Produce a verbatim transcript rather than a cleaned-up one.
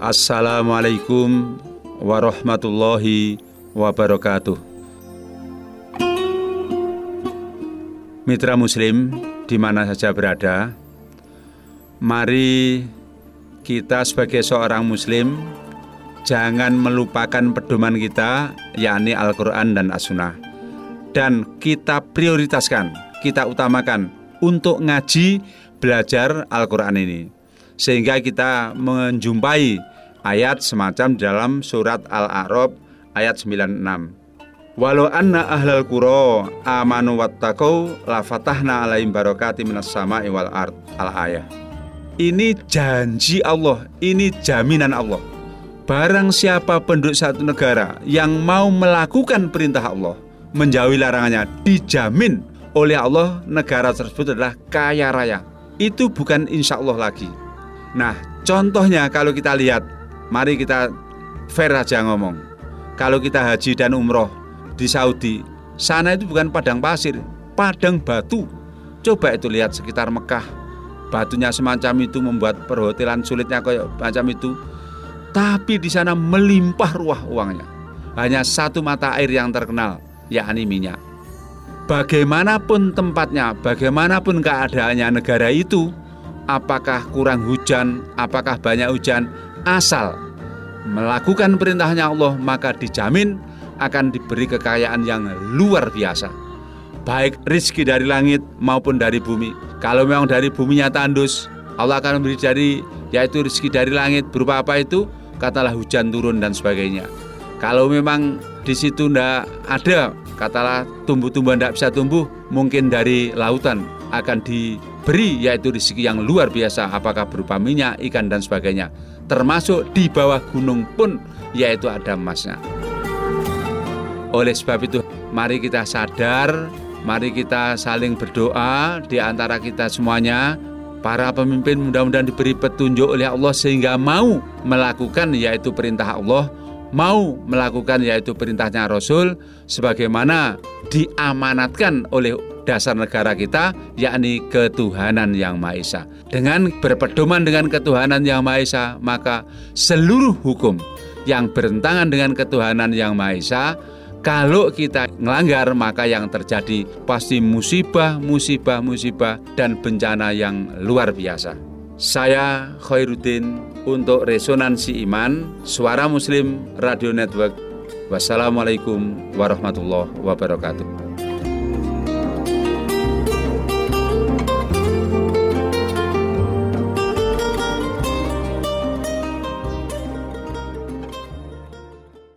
Assalamualaikum warahmatullahi wabarakatuh. Mitra Muslim di mana saja berada, mari kita sebagai seorang Muslim jangan melupakan pedoman kita, yakni Al-Quran dan As-Sunnah. Dan kita prioritaskan, kita utamakan untuk ngaji, belajar Al-Quran ini. Sehingga kita menjumpai ayat semacam dalam surat Al-A'raf ayat sembilan puluh enam. Walau anna ahlal qura amanu wattaqau la fatahna alaihim barakatim minas sama'i wal ard. Al-ayah. Ini janji Allah, ini jaminan Allah. Barang siapa penduduk satu negara yang mau melakukan perintah Allah, menjauhi larangannya, dijamin oleh Allah negara tersebut adalah kaya raya. Itu bukan insya Allah lagi. Nah, contohnya kalau kita lihat, mari kita fair aja ngomong. Kalau kita haji dan umroh di Saudi, sana itu bukan padang pasir, padang batu. Coba itu lihat sekitar Mekah, batunya semacam itu membuat perhotelan sulitnya kayak macam itu. Tapi di sana melimpah ruah uangnya. Hanya satu mata air yang terkenal, yakni minyak. Bagaimanapun tempatnya, bagaimanapun keadaannya negara itu, apakah kurang hujan, apakah banyak hujan, asal melakukan perintahnya Allah, maka dijamin akan diberi kekayaan yang luar biasa. Baik rezeki dari langit maupun dari bumi. Kalau memang dari buminya tandus, Allah akan memberi dari, yaitu rezeki dari langit berupa apa itu? Katalah hujan turun dan sebagainya. Kalau memang di situ tidak ada, katalah tumbuh-tumbuhan tidak bisa tumbuh, mungkin dari lautan akan diberi yaitu rezeki yang luar biasa, apakah berupa minyak, ikan dan sebagainya. Termasuk di bawah gunung pun yaitu ada emasnya. Oleh sebab itu, mari kita sadar, mari kita saling berdoa di antara kita semuanya. Para pemimpin mudah-mudahan diberi petunjuk oleh Allah sehingga mau melakukan yaitu perintah Allah, mau melakukan yaitu perintahnya Rasul, sebagaimana diamanatkan oleh dasar negara kita, yakni ketuhanan yang Maha Esa. Dengan berpedoman dengan ketuhanan yang Maha Esa, maka seluruh hukum yang bertentangan dengan ketuhanan yang Maha Esa, kalau kita melanggar, maka yang terjadi pasti musibah, musibah, musibah dan bencana yang luar biasa. Saya Khairuddin untuk Resonansi Iman, Suara Muslim Radio Network. Wassalamualaikum warahmatullahi wabarakatuh.